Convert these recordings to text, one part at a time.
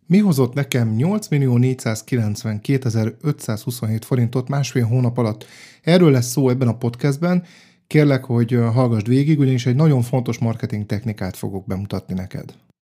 Mi hozott nekem 8.492.527 forintot másfél hónap alatt? Erről lesz szó ebben a podcastben. Kérlek, hogy hallgassd végig, ugyanis egy nagyon fontos marketing technikát fogok bemutatni neked.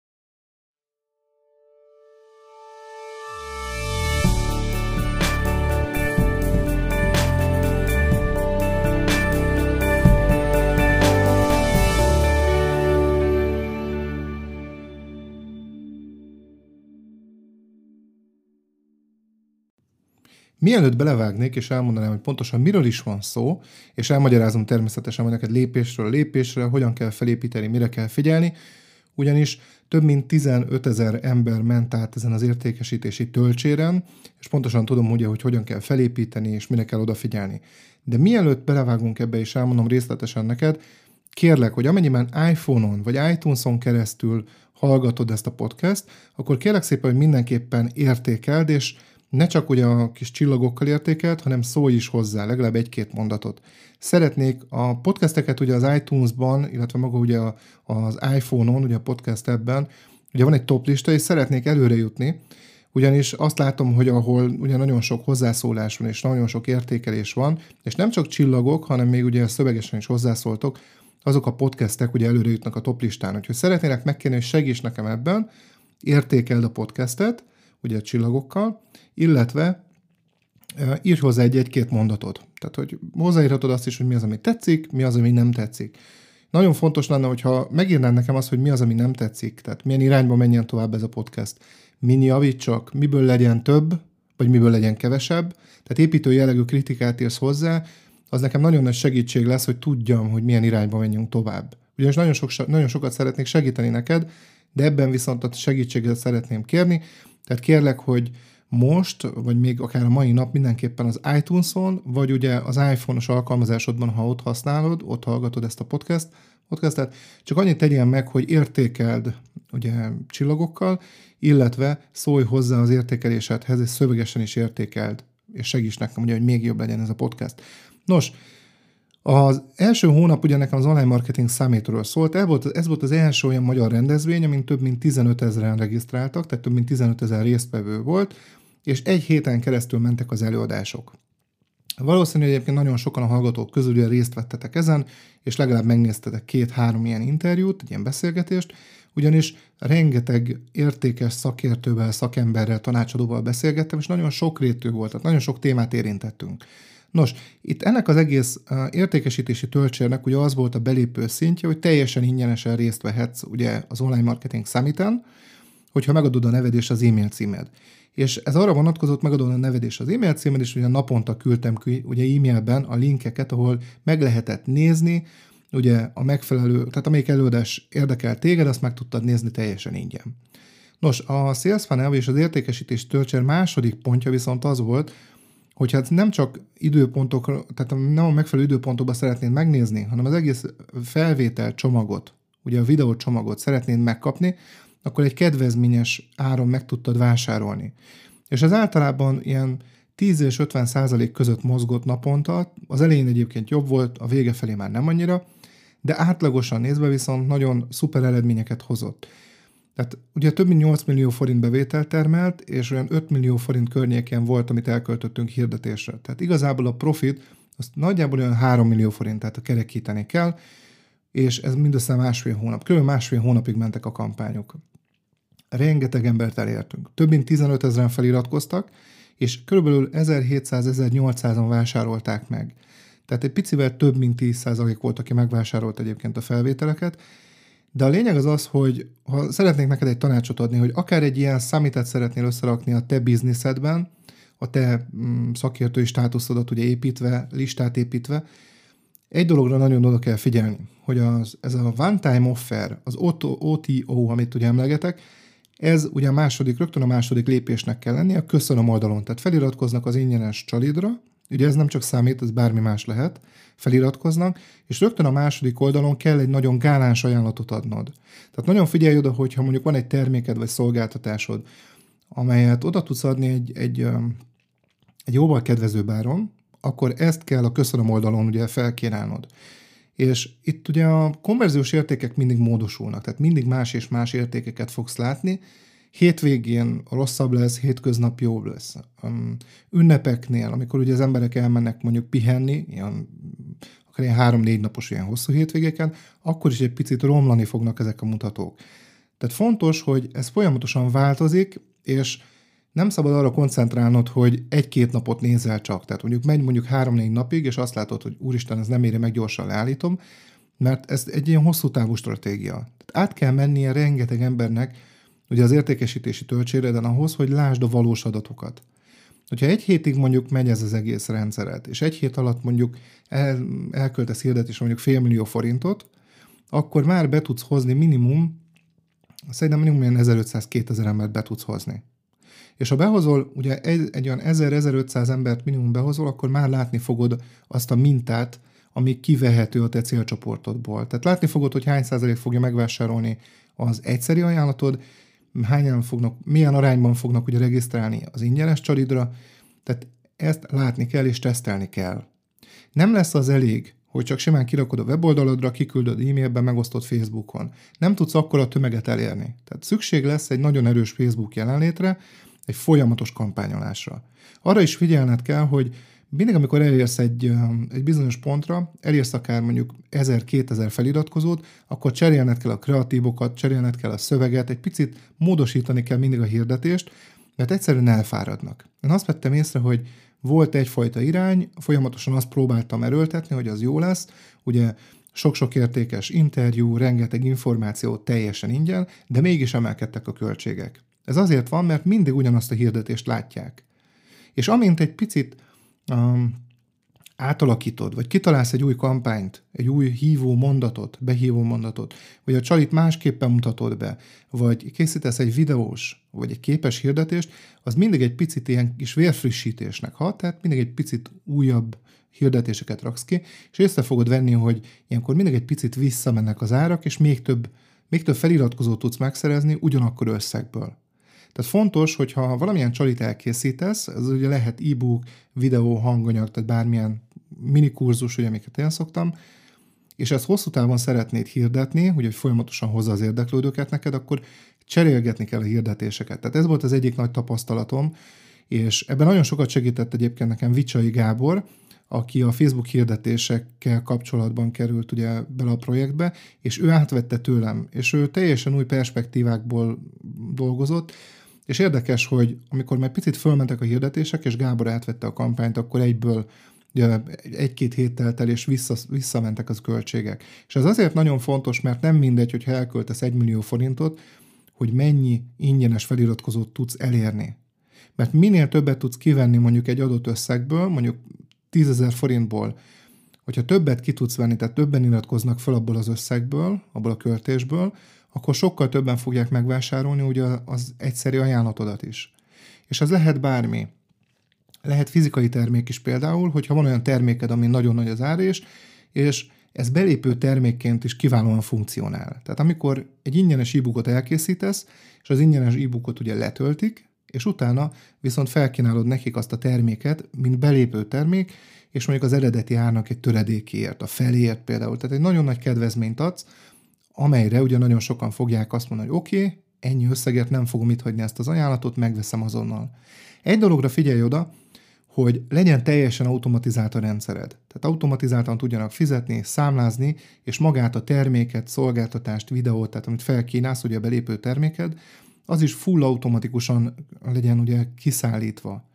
Mielőtt belevágnék, és elmondanám, hogy pontosan miről is van szó, és elmagyarázom természetesen majd neked lépésről lépésre, hogyan kell felépíteni, mire kell figyelni, ugyanis több mint 15 000 ember ment át ezen az értékesítési tölcséren, és pontosan tudom ugye, hogy hogyan kell felépíteni, és mire kell odafigyelni. De mielőtt belevágunk ebbe, és elmondom részletesen neked, kérlek, hogy amennyiben iPhone-on vagy iTunes-on keresztül hallgatod ezt a podcast, akkor kérlek szépen, hogy mindenképpen értékeld, és ne csak ugye a kis csillagokkal értékelt, hanem szólj is hozzá, legalább egy-két mondatot. Szeretnék a podcasteket ugye az iTunes-ban, illetve maga ugye az iPhone-on, ugye a podcast appben, ugye van egy top lista, és szeretnék előre jutni, ugyanis azt látom, hogy ahol ugye nagyon sok hozzászólás van, és nagyon sok értékelés van, és nem csak csillagok, hanem még ugye szövegesen is hozzászóltok, azok a podcastek ugye előre jutnak a top listán. Úgyhogy szeretnélek megkérni, hogy segíts nekem ebben, értékeld a podcastet, ugye a csillagokkal, illetve írj hozzá egy-két mondatot. Tehát, hogy hozzáírhatod azt is, hogy mi az, ami tetszik, mi az, ami nem tetszik. Nagyon fontos lenne, hogyha megírnád nekem azt, hogy mi az, ami nem tetszik, tehát milyen irányba menjen tovább ez a podcast. Min javítsak, miből legyen több, vagy miből legyen kevesebb. Tehát építő jellegű kritikát írsz hozzá, az nekem nagyon nagy segítség lesz, hogy tudjam, hogy milyen irányba menjünk tovább. Ugyanis nagyon sokat szeretnék segíteni neked, de ebben viszont a segítséget szeretném kérni. Tehát kérlek, hogy most, vagy még akár a mai nap mindenképpen az iTunes-on, vagy ugye az iPhone-os alkalmazásodban, ha ott használod, ott hallgatod ezt a podcastet, csak annyit tegyél meg, hogy értékeld ugye csillagokkal, illetve szólj hozzá az értékelésedhez, és szövegesen is értékeld, és segíts nekem, ugye, hogy még jobb legyen ez a podcast. Nos, az első hónap ugye nekem az Online Marketing Summitról szólt, ez volt az első olyan magyar rendezvény, amin több mint 15 000-en regisztráltak, tehát több mint 15 000 résztvevő volt, és egy héten keresztül mentek az előadások. Valószínűleg egyébként nagyon sokan a hallgatók közül ugye részt vettetek ezen, és legalább megnéztetek 2-3 ilyen interjút, egy ilyen beszélgetést, ugyanis rengeteg értékes szakértővel, szakemberrel, tanácsadóval beszélgettem, és nagyon sokrétű volt, tehát nagyon sok témát érintettünk. Nos, itt ennek az egész értékesítési töltsérnek ugye az volt a belépő szintje, hogy teljesen ingyenesen részt vehetsz ugye az Online Marketing Summiten, hogyha megadod a neved és az e-mail címed. És ez arra vonatkozott, megadod a neved és az e-mail címed, és ugye naponta küldtem ugye e-mailben a linkeket, ahol meg lehetett nézni, ugye a megfelelő, tehát amelyik előadás érdekel téged, azt meg tudtad nézni teljesen ingyen. Nos, a Sales Funnel és az értékesítés töltsér második pontja viszont az volt, hogyha nem csak időpontokra, tehát nem a megfelelő időpontokban szeretnéd megnézni, hanem az egész felvétel csomagot, ugye a videó csomagot szeretnéd megkapni, akkor egy kedvezményes áron meg tudtad vásárolni. És ez általában ilyen 10 és 50% között mozgott naponta, az elején egyébként jobb volt, a vége felé már nem annyira, de átlagosan nézve viszont nagyon szuper eredményeket hozott. Tehát ugye több mint 8 millió forint bevételt termelt, és olyan 5 millió forint környékén volt, amit elköltöttünk hirdetésre. Tehát igazából a profit, azt nagyjából olyan 3 millió forint, tehát kerekíteni kell, és ez mindössze másfél hónap. Körülbelül másfél hónapig mentek a kampányok. Rengeteg embert elértünk. Több mint 15 000-en feliratkoztak, és körülbelül 1700-1800-an vásárolták meg. Tehát egy picivel több mint 10% volt, aki megvásárolt egyébként a felvételeket. De a lényeg az az, hogy ha szeretnék neked egy tanácsot adni, hogy akár egy ilyen summitet szeretnél összerakni a te bizniszedben, a te szakértői státuszodat ugye építve, listát építve, egy dologra nagyon oda kell figyelni, hogy ez a one-time offer, az OTO, amit ugye emlegetek, ez ugye rögtön a második lépésnek kell lenni a köszönöm oldalon. Tehát feliratkoznak az ingyenes csalidra, ugye ez nem csak számít, ez bármi más lehet, feliratkoznak, és rögtön a második oldalon kell egy nagyon gáláns ajánlatot adnod. Tehát nagyon figyelj oda, hogyha mondjuk van egy terméked vagy szolgáltatásod, amelyet oda tudsz adni egy jóval kedvezőbb áron, akkor ezt kell a köszönöm oldalon ugye felkínálnod. És itt ugye a konverziós értékek mindig módosulnak, tehát mindig más és más értékeket fogsz látni, Hétvégén rosszabb lesz, hétköznap jobb lesz. Ünnepeknél, amikor ugye az emberek elmennek mondjuk pihenni, akár ilyen 3-4 napos ilyen hosszú hétvégeken, akkor is egy picit romlani fognak ezek a mutatók. Tehát fontos, hogy ez folyamatosan változik, és nem szabad arra koncentrálnod, hogy 1-2 napot nézel csak. Tehát megy mondjuk 3-4 napig, és azt látod, hogy úristen, ez nem éri meg, gyorsan leállítom, mert ez egy ilyen hosszú távú stratégia. Tehát át kell mennie rengeteg embernek ugye az értékesítési töltséreden ahhoz, hogy lásd a valós adatokat. Hogyha 1 hétig mondjuk megy ez az egész rendszeret, és 1 hét alatt mondjuk elköltesz hirdetésre mondjuk 500 000 forintot, akkor már be tudsz hozni szerintem minimum ilyen 1500-2000 embert be tudsz hozni. És ha behozol, ugye egy olyan 1000-1500 embert minimum behozol, akkor már látni fogod azt a mintát, ami kivehető a te célcsoportodból. Tehát látni fogod, hogy hány százalék fogja megvásárolni az egyszeri ajánlatod, milyen arányban fognak ugye regisztrálni az ingyenes csalidra, tehát ezt látni kell és tesztelni kell. Nem lesz az elég, hogy csak simán kirakod a weboldaladra, kiküldöd e-mailben, megosztod Facebookon. Nem tudsz akkora tömeget elérni. Tehát szükség lesz egy nagyon erős Facebook jelenlétre, egy folyamatos kampányolásra. Arra is figyelned kell, hogy mindig, amikor elérsz egy bizonyos pontra, elérsz akár mondjuk 1000-2000 feliratkozót, akkor cserélned kell a kreatívokat, cserélned kell a szöveget, egy picit módosítani kell mindig a hirdetést, mert egyszerűen elfáradnak. Én azt vettem észre, hogy volt egyfajta irány, folyamatosan azt próbáltam erőltetni, hogy az jó lesz, ugye sok-sok értékes interjú, rengeteg információ teljesen ingyen, de mégis emelkedtek a költségek. Ez azért van, mert mindig ugyanazt a hirdetést látják. És amint egy picit átalakítod, vagy kitalálsz egy új kampányt, egy új behívó mondatot, vagy a csalit másképpen mutatod be, vagy készítesz egy videós, vagy egy képes hirdetést, az mindig egy picit ilyen kis vérfrissítésnek hat, tehát mindig egy picit újabb hirdetéseket raksz ki, és észre fogod venni, hogy ilyenkor mindig egy picit visszamennek az árak, és még több feliratkozót tudsz megszerezni ugyanakkor összegből. Tehát fontos, hogyha valamilyen csalit elkészítesz, ez ugye lehet e-book, videó, hanganyag, tehát bármilyen minikurzus, ugye, amiket én szoktam, és ezt hosszú távon szeretnéd hirdetni, hogy folyamatosan hozza az érdeklődőket neked, akkor cserélgetni kell a hirdetéseket. Tehát ez volt az egyik nagy tapasztalatom, és ebben nagyon sokat segített egyébként nekem Vicsai Gábor, aki a Facebook hirdetésekkel kapcsolatban került ugye bele a projektbe, és ő átvette tőlem, és ő teljesen új perspektívákból dolgozott, és érdekes, hogy amikor már picit fölmentek a hirdetések, és Gábor átvette a kampányt, akkor egyből 1-2 hét telt el, és visszamentek az költségek. És ez azért nagyon fontos, mert nem mindegy, hogyha elköltesz 1 millió forintot, hogy mennyi ingyenes feliratkozót tudsz elérni. Mert minél többet tudsz kivenni mondjuk egy adott összegből, mondjuk 10 000 forintból, hogyha többet ki tudsz venni, tehát többen iratkoznak fel abból az összegből, abból a költésből, akkor sokkal többen fogják megvásárolni ugye az egyszeri ajánlatodat is. És ez lehet bármi. Lehet fizikai termék is például, hogyha van olyan terméked, ami nagyon nagy az ára és ez belépő termékként is kiválóan funkcionál. Tehát amikor egy ingyenes e-bookot elkészítesz, és az ingyenes e-bookot ugye letöltik, és utána viszont felkínálod nekik azt a terméket, mint belépő termék, és mondjuk az eredeti árnak egy töredékéért, a feléért például. Tehát egy nagyon nagy kedvezményt adsz, amelyre ugye nagyon sokan fogják azt mondani, hogy oké, ennyi összeget nem fogom itt hagyni ezt az ajánlatot, megveszem azonnal. Egy dologra figyelj oda, hogy legyen teljesen automatizált a rendszered. Tehát automatizáltan tudjanak fizetni, számlázni, és magát a terméket, szolgáltatást, videót, tehát amit felkínálsz, ugye a belépő terméked, az is full automatikusan legyen ugye kiszállítva.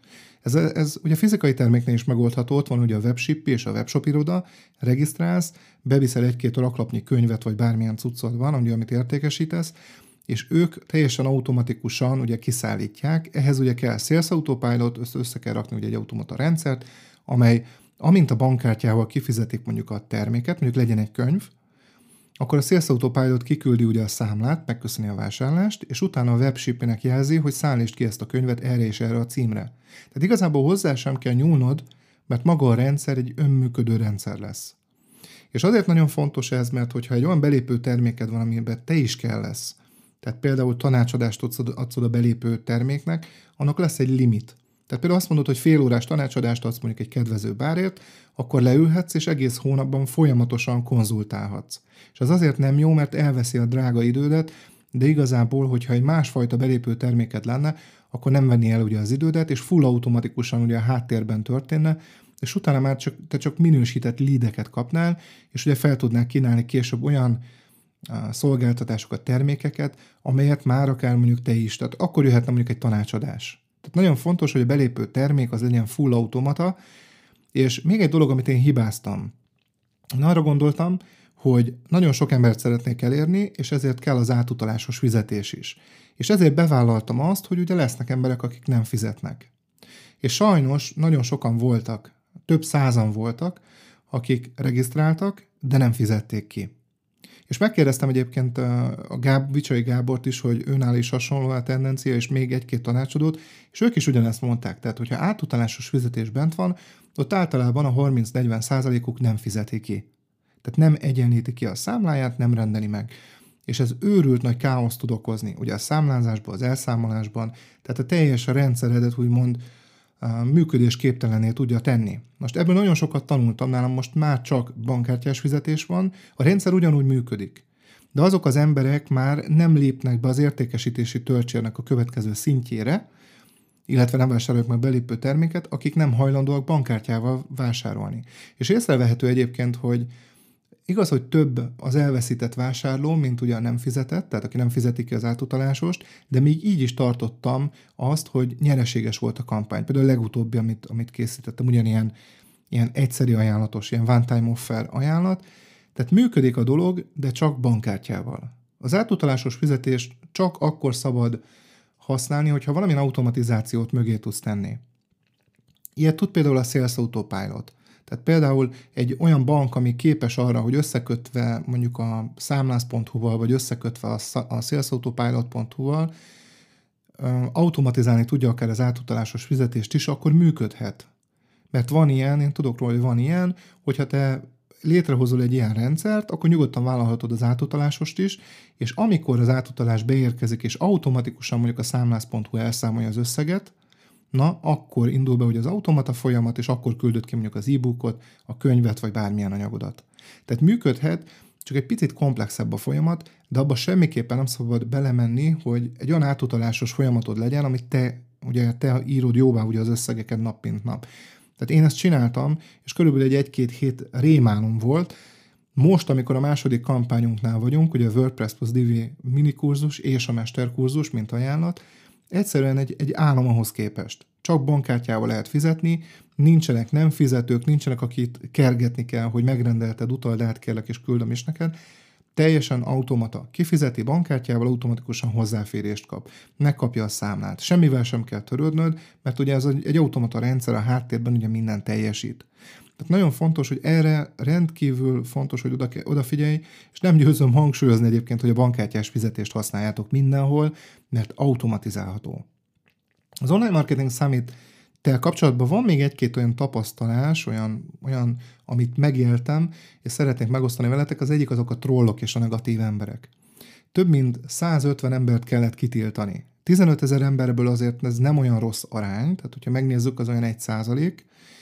Ez ugye fizikai terméknél is megoldható, ott van ugye a webship és a webshop iroda, regisztrálsz, beviszel 1-2 raklapnyi könyvet, vagy bármilyen cuccod van, ugye, amit értékesítesz, és ők teljesen automatikusan ugye kiszállítják. Ehhez ugye kell Sales Autopilot, össze kell rakni ugye egy automata rendszert, amely amint a bankkártyával kifizetik mondjuk a terméket, mondjuk legyen egy könyv, akkor a Sales Autopilot kiküldi ugye a számlát, megköszöni a vásárlást, és utána a webshipnek jelzi, hogy szállítsd ki ezt a könyvet erre és erre a címre. Tehát igazából hozzá sem kell nyúlnod, mert maga a rendszer egy önműködő rendszer lesz. És azért nagyon fontos ez, mert hogyha egy olyan belépő terméked van, amiben te is kell lesz, tehát például tanácsadást adsz oda belépő terméknek, annak lesz egy limit. Tehát például azt mondod, hogy fél órás tanácsadást adsz mondjuk egy kedvező árért, akkor leülhetsz, és egész hónapban folyamatosan konzultálhatsz. És az azért nem jó, mert elveszi a drága idődet, de igazából, hogyha egy másfajta belépő terméket lenne, akkor nem venni el ugye az idődet, és full automatikusan ugye a háttérben történne, és utána már te csak minősített leadeket kapnál, és ugye fel tudnál kínálni később olyan szolgáltatásokat, termékeket, amelyet már akár mondjuk te is. Tehát akkor jöhetne mondjuk egy tanácsadás. Tehát nagyon fontos, hogy a belépő termék az legyen full automata, és még egy dolog, amit én hibáztam. Én arra gondoltam, hogy nagyon sok embert szeretnék elérni, és ezért kell az átutalásos fizetés is. És ezért bevállaltam azt, hogy ugye lesznek emberek, akik nem fizetnek. És sajnos nagyon sokan voltak, több százan voltak, akik regisztráltak, de nem fizették ki. És megkérdeztem egyébként a Vicsai Gábort is, hogy őnál is hasonló a tendencia, és még egy-két tanácsadót, és ők is ugyanezt mondták. Tehát, hogyha átutalásos fizetés bent van, ott általában a 30-40%-uk nem fizeti ki. Tehát nem egyenlíti ki a számláját, nem rendeli meg. És ez őrült nagy káoszt tud okozni, ugye a számlázásban, az elszámolásban, tehát a teljes rendszeredet úgymond működésképtelenné tudja tenni. Most ebből nagyon sokat tanultam, nálam most már csak bankkártyás fizetés van, a rendszer ugyanúgy működik. De azok az emberek már nem lépnek be az értékesítési töltsérnek a következő szintjére, illetve nem vásárolják meg belépő terméket, akik nem hajlandóak bankkártyával vásárolni. És észrevehető egyébként, hogy igaz, hogy több az elveszített vásárló, mint ugye a nem fizetett, tehát aki nem fizeti ki az átutalásost, de még így is tartottam azt, hogy nyereséges volt a kampány. Például a legutóbbi, amit készítettem, ugyanilyen egyszeri ajánlatos, ilyen one-time offer ajánlat. Tehát működik a dolog, de csak bankkártyával. Az átutalásos fizetést csak akkor szabad használni, hogyha valamilyen automatizációt mögé tudsz tenni. Ilyet tud például a Sales Autopilot. Tehát például egy olyan bank, ami képes arra, hogy összekötve mondjuk a számlász.hu-val, vagy összekötve a salesAutopilot.hu-val automatizálni tudja akár az átutalásos fizetést is, akkor működhet. Mert van ilyen, én tudok róla, hogy van ilyen, hogyha te létrehozol egy ilyen rendszert, akkor nyugodtan vállalhatod az átutalásost is, és amikor az átutalás beérkezik, és automatikusan mondjuk a számlász.hu elszámolja az összeget, na, akkor indul be ugye az automata folyamat, és akkor küldöd ki mondjuk az e-bookot, a könyvet, vagy bármilyen anyagodat. Tehát működhet, csak egy picit komplexebb a folyamat, de abba semmiképpen nem szabad belemenni, hogy egy olyan átutalásos folyamatod legyen, amit te írod jóvá ugye az összegeket nap mint nap. Tehát én ezt csináltam, és körülbelül egy-két hét rémálom volt. Most, amikor a második kampányunknál vagyunk, ugye a WordPress plus Divi minikurzus és a mesterkurzus, mint ajánlat, egyszerűen egy álom ahhoz képest. Csak bankkártyával lehet fizetni, nincsenek nem fizetők, nincsenek, akit kergetni kell, hogy megrendelted, utald át, kérlek és küldöm is neked. Teljesen automata. Kifizeti bankkártyával, automatikusan hozzáférést kap. Megkapja a számlát. Semmivel sem kell törődnöd, mert ugye ez egy automata rendszer a háttérben ugye minden teljesít. Tehát nagyon fontos, hogy erre rendkívül fontos, hogy odafigyelj, és nem győzöm hangsúlyozni egyébként, hogy a bankkártyás fizetést használjátok mindenhol, mert automatizálható. Az Online Marketing Summit-tel kapcsolatban van még egy-két olyan tapasztalás, olyan, amit megéltem, és szeretnék megosztani veletek. Az egyik azok a trollok és a negatív emberek. Több mint 150 embert kellett kitiltani. 15 000 emberből azért ez nem olyan rossz arány, tehát hogyha megnézzük, az olyan 1%,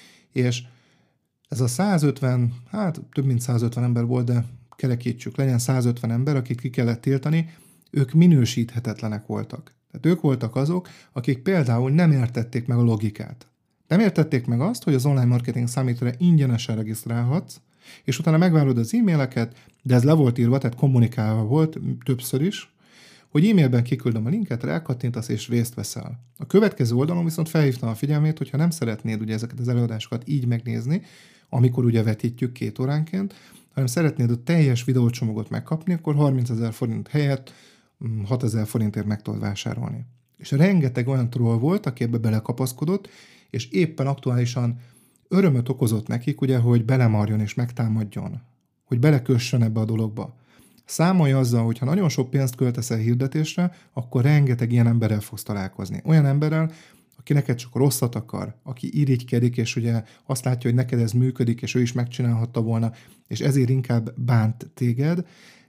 és ez a 150, több mint 150 ember volt, de kerekítsük, legyen 150 ember, akit ki kellett tiltani, ők minősíthetetlenek voltak. Tehát ők voltak azok, akik például nem értették meg a logikát. Nem értették meg azt, hogy az Online Marketing Summitra ingyenesen regisztrálhatsz, és utána megvárod az e-maileket, de ez le volt írva, tehát kommunikálva volt többször is, hogy e-mailben kiküldöm a linket, rákattintasz és részt veszel. A következő oldalon viszont felhívtam a figyelmét, hogyha nem szeretnéd ugye ezeket az előadásokat így megnézni, amikor ugye vetítjük 2 óránként, hanem szeretnéd a teljes videócsomagot megkapni, akkor 30 000 forint helyett 6 000 forintért meg tudod vásárolni. És rengeteg olyan troll volt, aki ebbe belekapaszkodott, és éppen aktuálisan örömöt okozott nekik, ugye, hogy belemarjon és megtámadjon, hogy belekössön ebbe a dologba. Számolj azzal, hogy ha nagyon sok pénzt költesz el hirdetésre, akkor rengeteg ilyen emberrel fogsz találkozni. Olyan emberrel, aki neked csak rosszat akar, aki irigykedik, és ugye azt látja, hogy neked ez működik, és ő is megcsinálhatta volna, és ezért inkább bánt téged.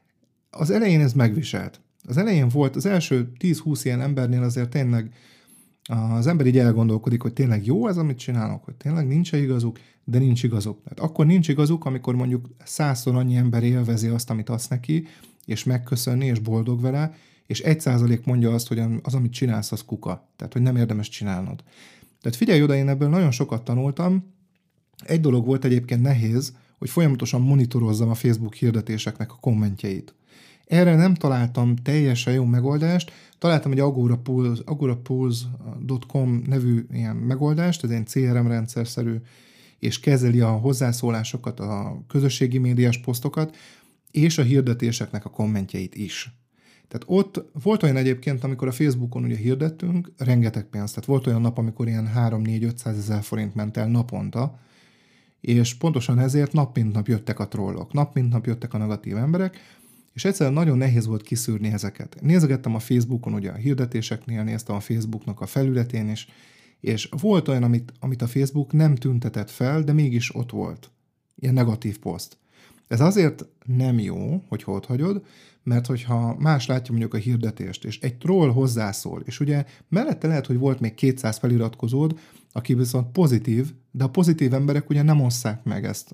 Az elején ez megviselt. Az elején volt, az első 10-20 ilyen embernél azért tényleg az ember így elgondolkodik, hogy tényleg jó ez, amit csinálok, hogy tényleg nincs igazuk, de nincs igazuk. Tehát akkor nincs igazuk, amikor mondjuk 100-szor annyi ember élvezi azt, amit adsz neki, és megköszönni, és boldog vele, és 1% mondja azt, hogy az, amit csinálsz, az kuka. Tehát, hogy nem érdemes csinálnod. Tehát figyelj oda, én ebből nagyon sokat tanultam. Egy dolog volt egyébként nehéz, hogy folyamatosan monitorozzam a Facebook hirdetéseknek a kommentjeit. Erre nem találtam teljesen jó megoldást, találtam egy agorapulse.com nevű ilyen megoldást, ez egy CRM rendszerszerű, és kezeli a hozzászólásokat, a közösségi médiás posztokat, és a hirdetéseknek a kommentjeit is. Tehát ott volt olyan egyébként, amikor a Facebookon ugye hirdettünk, rengeteg pénzt, tehát volt olyan nap, amikor ilyen 3-4-500 ezer forint ment el naponta, és pontosan ezért nap mint nap jöttek a trollok, nap mint nap jöttek a negatív emberek, és egyszerűen nagyon nehéz volt kiszűrni ezeket. Nézegettem a Facebookon, ugye a hirdetéseknél, néztem a Facebooknak a felületén is, és volt olyan, amit a Facebook nem tüntetett fel, de mégis ott volt. Ilyen negatív poszt. Ez azért nem jó, hogy ott hagyod, mert hogyha más látja mondjuk a hirdetést, és egy troll hozzászól, és ugye mellette lehet, hogy volt még 200 feliratkozód, aki viszont pozitív, de a pozitív emberek ugye nem osszák meg ezt.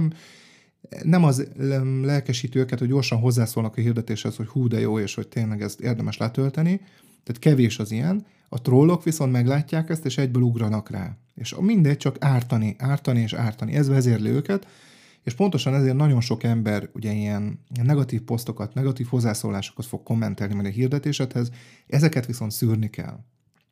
Nem az lelkesítő őket, hogy gyorsan hozzászólnak a hirdetéshez, hogy hú de jó, és hogy tényleg ezt érdemes letölteni. Tehát kevés az ilyen. A trollok viszont meglátják ezt, és egyből ugranak rá. És mindegy, csak ártani és ártani. Ez vezérli őket, és pontosan ezért nagyon sok ember ugye ilyen negatív posztokat, negatív hozzászólásokat fog kommentelni majd a hirdetésedhez, ezeket viszont szűrni kell.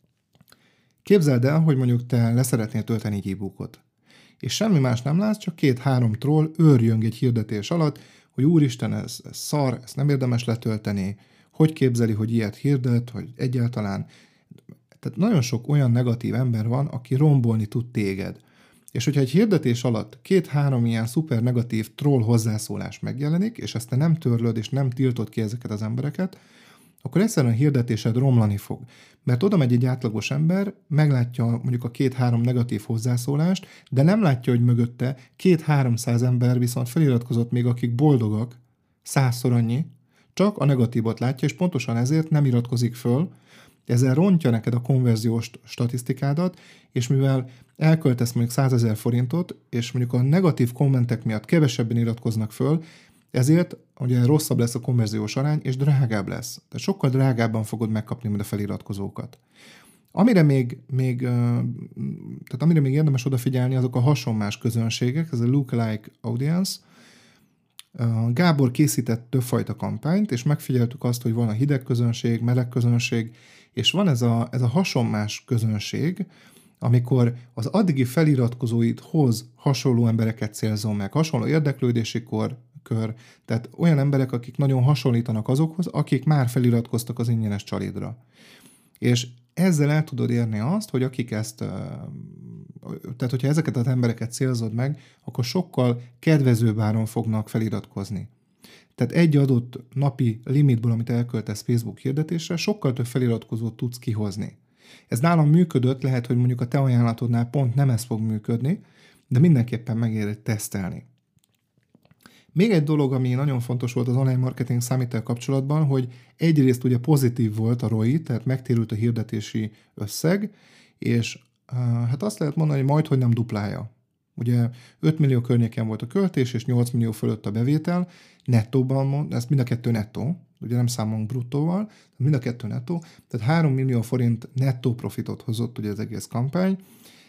Képzeld el, hogy mondjuk te leszeretnél tölteni egy e-bookot, és semmi más nem látsz, csak 2-3 troll őrjöng egy hirdetés alatt, hogy úristen, ez szar, ezt nem érdemes letölteni, hogy képzeli, hogy ilyet hirdet, hogy egyáltalán. Tehát nagyon sok olyan negatív ember van, aki rombolni tud téged. És hogyha egy hirdetés alatt 2-3 ilyen szuper negatív troll hozzászólás megjelenik, és ezt te nem törlöd, és nem tiltod ki ezeket az embereket, akkor egyszerűen a hirdetésed romlani fog. Mert oda megy egy átlagos ember, meglátja mondjuk a 2-3 negatív hozzászólást, de nem látja, hogy mögötte 200-300 ember viszont feliratkozott még, akik boldogak, 100-szor annyi, csak a negatívot látja, és pontosan ezért nem iratkozik föl, ezzel rontja neked a konverziós statisztikádat, és mivel elköltesz mondjuk 100 000 forintot, és mondjuk a negatív kommentek miatt kevesebben iratkoznak föl, ezért ugye rosszabb lesz a konverziós arány, és drágább lesz. Tehát sokkal drágábban fogod megkapni majd a feliratkozókat. Amire még érdemes odafigyelni, azok a hasonlás közönségek, ez a lookalike audience. Gábor készített többfajta kampányt, és megfigyeltük azt, hogy van a hideg közönség, meleg közönség, és van ez a hasonlás közönség, amikor az addigi feliratkozóidhoz hasonló embereket célzol meg, hasonló érdeklődési kör, tehát olyan emberek, akik nagyon hasonlítanak azokhoz, akik már feliratkoztak az ingyenes csalidra. És ezzel el tudod érni azt, hogy akik ezt, tehát hogyha ezeket az embereket célzod meg, akkor sokkal kedvezőbb áron fognak feliratkozni. Tehát egy adott napi limitből, amit elköltesz Facebook hirdetésre, sokkal több feliratkozót tudsz kihozni. Ez nálam működött, lehet, hogy mondjuk a te ajánlatodnál pont nem ez fog működni, de mindenképpen megéri tesztelni. Még egy dolog, ami nagyon fontos volt az online marketing summittel kapcsolatban, hogy egyrészt ugye pozitív volt a ROI, tehát megtérült a hirdetési összeg, és hát azt lehet mondani, hogy majdhogy nem duplája. Ugye 5 millió környéken volt a költés, és 8 millió fölött a bevétel, nettóban, ez mind a kettő nettó, ugye nem számolunk bruttóval, mind a kettő nettó, tehát 3 millió forint nettó profitot hozott ugye az egész kampány.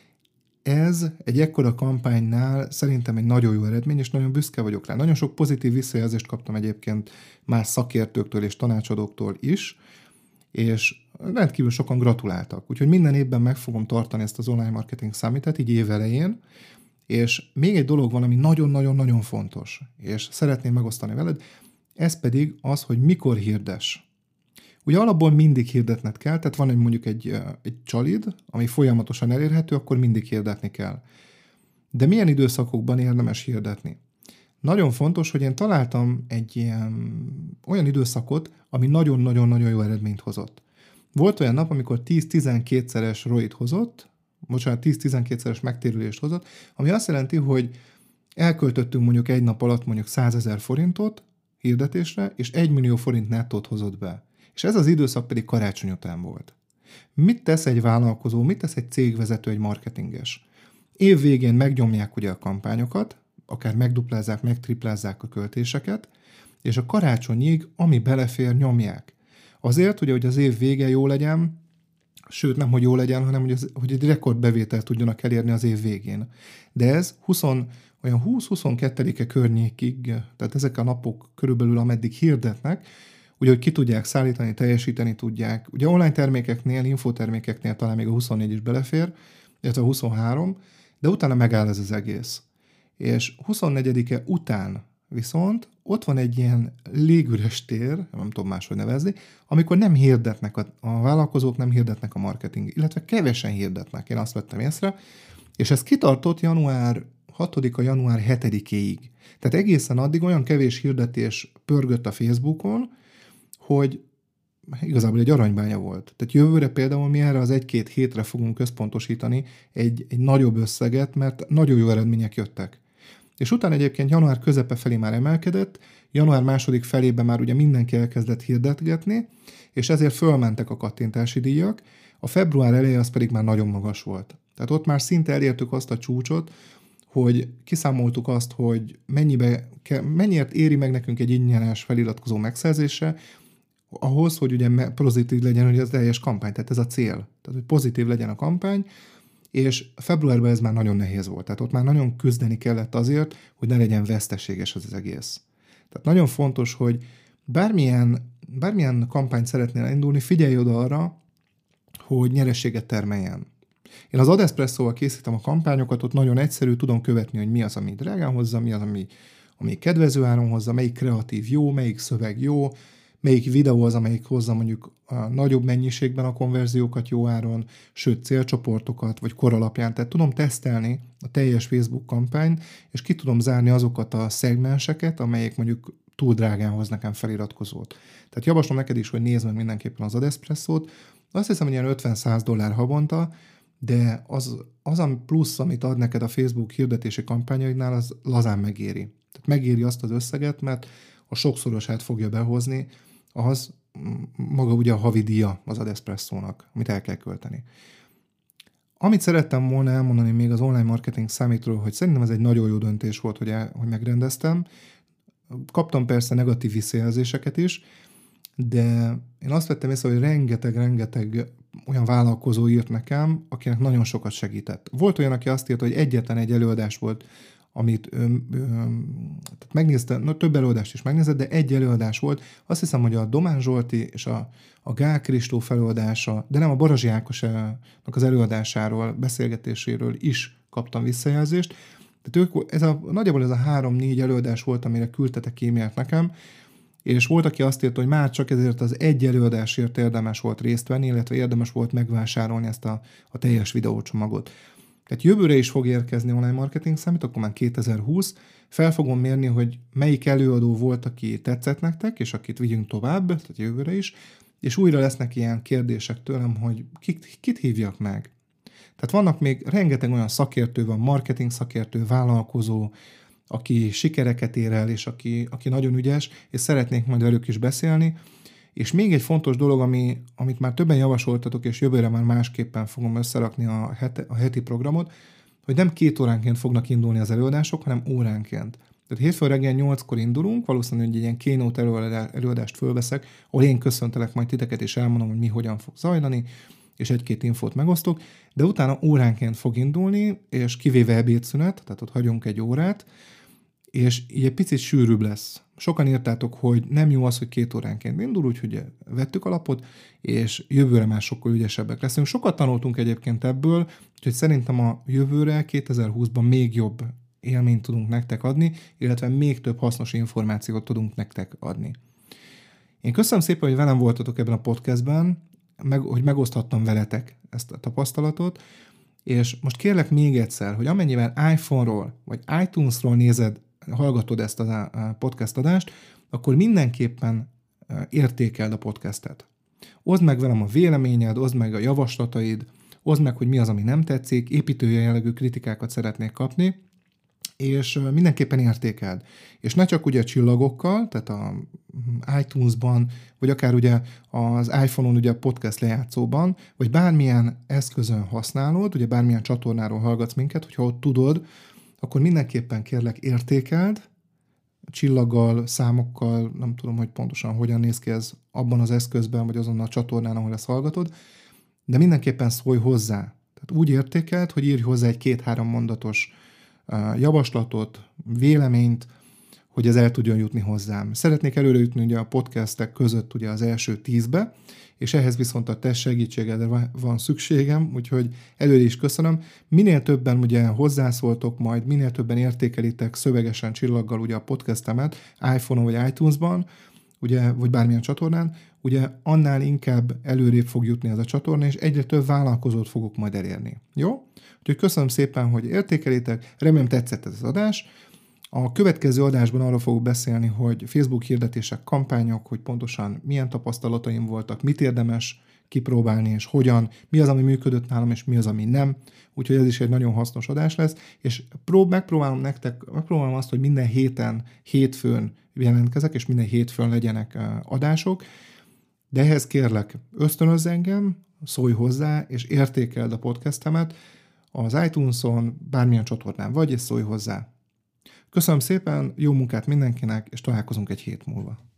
Ez egy ekkora kampánynál szerintem egy nagyon jó eredmény, és nagyon büszke vagyok rá. Nagyon sok pozitív visszajelzést kaptam egyébként más szakértőktől és tanácsadóktól is, és rendkívül sokan gratuláltak. Úgyhogy minden évben meg fogom tartani ezt az online marketing summitet, így év elején, és még egy dolog van, ami nagyon-nagyon-nagyon fontos, és szeretném megosztani veled, ez pedig az, hogy mikor hirdess. Ugye alapból mindig hirdetned kell, tehát van mondjuk egy csalid, ami folyamatosan elérhető, akkor mindig hirdetni kell. De milyen időszakokban érdemes hirdetni? Nagyon fontos, hogy én találtam egy olyan időszakot, ami nagyon-nagyon-nagyon jó eredményt hozott. Volt olyan nap, amikor 10-12-szeres ROI-t hozott, 10-12-szeres megtérülést hozott, ami azt jelenti, hogy elköltöttünk mondjuk egy nap alatt mondjuk 100 000 forintot hirdetésre, és 1 millió forint nettót hozott be. És ez az időszak pedig karácsony után volt. Mit tesz egy vállalkozó, mit tesz egy cégvezető, egy marketinges? Év végén megnyomják ugye a kampányokat, akár megduplázzák, megtriplázzák a költéseket, és a karácsonyig, ami belefér, nyomják. Azért, ugye, hogy az év vége jó legyen, sőt nem, hogy jó legyen, hanem hogy egy rekordbevételt tudjanak elérni az év végén. De ez olyan 20-22-e környékig, tehát ezek a napok körülbelül ameddig hirdetnek, ugye, hogy ki tudják szállítani, teljesíteni tudják. Ugye online termékeknél, infotermékeknél talán még a 24 is belefér, illetve a 23, de utána megáll ez az egész. És 24-e után viszont ott van egy ilyen légüres tér, nem tudom máshogy nevezni, amikor nem hirdetnek a vállalkozók, nem hirdetnek a marketing, illetve kevesen hirdetnek, én azt vettem észre, és ez kitartott január 6-a, január 7-éig. Tehát egészen addig olyan kevés hirdetés pörgött a Facebookon, hogy igazából egy aranybánya volt. Tehát jövőre például mi erre az 1-2 hétre fogunk központosítani egy nagyobb összeget, mert nagyon jó eredmények jöttek. És utána egyébként január közepe felé már emelkedett, január második felében már ugye mindenki elkezdett hirdetgetni, és ezért fölmentek a kattintási díjak, a február eleje az pedig már nagyon magas volt. Tehát ott már szinte elértük azt a csúcsot, hogy kiszámoltuk azt, hogy mennyiért éri meg nekünk egy ingyenes feliratkozó megszerzése, ahhoz, hogy ugye pozitív legyen hogy az teljes kampány, tehát ez a cél. Tehát, hogy pozitív legyen a kampány, és februárban ez már nagyon nehéz volt. Tehát ott már nagyon küzdeni kellett azért, hogy ne legyen veszteséges az egész. Tehát nagyon fontos, hogy bármilyen kampányt szeretnél indulni, figyelj oda arra, hogy nyerességet termeljen. Én az Adespresso-val készítem a kampányokat, ott nagyon egyszerű, tudom követni, hogy mi az, ami drágán hozza, mi az, ami kedvező áron hozza, melyik kreatív jó, melyik szöveg jó, melyik videó az, amelyik hozza mondjuk a nagyobb mennyiségben a konverziókat jó áron, sőt célcsoportokat, vagy kor alapján. Tehát tudom tesztelni a teljes Facebook kampányt, és ki tudom zárni azokat a szegmenseket, amelyek mondjuk túl drágán hoz nekem feliratkozót. Tehát javaslom neked is, hogy nézd meg mindenképpen az Adespresso-t. Azt hiszem, hogy ilyen $50-100 havonta, de az a plusz, amit ad neked a Facebook hirdetési kampányaidnál, az lazán megéri. Tehát megéri azt az összeget, mert a sokszorosát fogja behozni, az maga ugye a havi díja az Adespresso-nak, amit el kell költeni. Amit szerettem volna elmondani még az online marketing számítról, hogy szerintem ez egy nagyon jó döntés volt, hogy megrendeztem. Kaptam persze negatív visszajelzéseket is, de én azt vettem észre, hogy rengeteg olyan vállalkozó írt nekem, akinek nagyon sokat segített. Volt olyan, aki azt írt, hogy egyetlen egy előadás volt, amit tehát megnézte, több előadást is megnézett, de egy előadás volt. Azt hiszem, hogy a Domán Zsolti és a Gál Kristóf előadása, de nem a Barazsi Ákosnak az előadásáról, beszélgetéséről is kaptam visszajelzést. Tehát nagyjából ez a 3-4 előadás volt, amire küldtetek e-mailt nekem, és volt, aki azt írta, hogy már csak ezért az egy előadásért érdemes volt részt venni, illetve érdemes volt megvásárolni ezt a teljes videócsomagot. Tehát jövőre is fog érkezni online marketing számít, akkor már 2020. Fel fogom mérni, hogy melyik előadó volt, aki tetszett nektek, és akit vigyünk tovább, tehát jövőre is, és újra lesznek ilyen kérdések tőlem, hogy kit hívjak meg. Tehát vannak még rengeteg olyan szakértő, van marketing szakértő, vállalkozó, aki sikereket ér el, és aki nagyon ügyes, és szeretnék majd velük is beszélni. És még egy fontos dolog, amit már többen javasoltatok, és jövőre már másképpen fogom összerakni a heti programot, hogy nem 2 óránként fognak indulni az előadások, hanem óránként. Tehát hétfőn reggel 8-kor indulunk, valószínűleg egy ilyen keynote előadást fölveszek, ahol én köszöntelek majd titeket, és elmondom, hogy mi hogyan fog zajlani, és 1-2 infót megosztok, de utána óránként fog indulni, és kivéve ebédszünet, tehát ott hagyunk 1 órát, és így egy picit sűrűbb lesz. Sokan írtátok, hogy nem jó az, hogy 2 óránként indul, úgyhogy vettük a lapot, és jövőre már sokkal ügyesebbek leszünk. Sokat tanultunk egyébként ebből, úgyhogy szerintem a jövőre, 2020-ban még jobb élményt tudunk nektek adni, illetve még több hasznos információt tudunk nektek adni. Én köszönöm szépen, hogy velem voltatok ebben a podcastben, hogy megoszthattam veletek ezt a tapasztalatot, és most kérlek még egyszer, hogy amennyiben iPhone-ról vagy iTunes-ról hallgatod ezt a podcast adást, akkor mindenképpen értékeld a podcastet. Oszd meg velem a véleményed, oszd meg a javaslataid, oszd meg, hogy mi az, ami nem tetszik, építő jellegű kritikákat szeretnék kapni, és mindenképpen értékeld. És ne csak ugye a csillagokkal, tehát a iTunes-ban, vagy akár ugye az iPhone-on ugye a podcast lejátszóban, vagy bármilyen eszközön használod, ugye bármilyen csatornáról hallgatsz minket, hogyha ott tudod, akkor mindenképpen kérlek értékeld, csillaggal, számokkal, nem tudom, hogy pontosan hogyan néz ki ez abban az eszközben, vagy azon a csatornán, ahol ezt hallgatod, de mindenképpen szólj hozzá. Tehát úgy értékelt, hogy írj hozzá egy 2-3 mondatos javaslatot, véleményt, hogy ez el tudjon jutni hozzám. Szeretnék előre jutni ugye a podcastek között ugye az első 10-be, és ehhez viszont a te segítségedre van szükségem, úgyhogy előre is köszönöm. Minél többen ugye hozzászóltok majd, minél többen értékelitek szövegesen csillaggal ugye a podcastemet iPhone-on vagy iTunes-ban, ugye, vagy bármilyen csatornán, ugye annál inkább előrébb fog jutni ez a csatorna, és egyre több vállalkozót fogok majd elérni. Jó? Úgyhogy köszönöm szépen, hogy értékelitek, remélem tetszett ez az adás. A következő adásban arról fogok beszélni, hogy Facebook hirdetések, kampányok, hogy pontosan milyen tapasztalataim voltak, mit érdemes kipróbálni, és hogyan, mi az, ami működött nálam, és mi az, ami nem. Úgyhogy ez is egy nagyon hasznos adás lesz, és megpróbálom azt, hogy minden hétfőn jelentkezek, és minden hétfőn legyenek adások, de ehhez kérlek, ösztönözz engem, szólj hozzá, és értékeld a podcastemet az iTunes-on, bármilyen csatornán vagy, és szólj hozzá. Köszönöm szépen, jó munkát mindenkinek, és találkozunk egy hét múlva.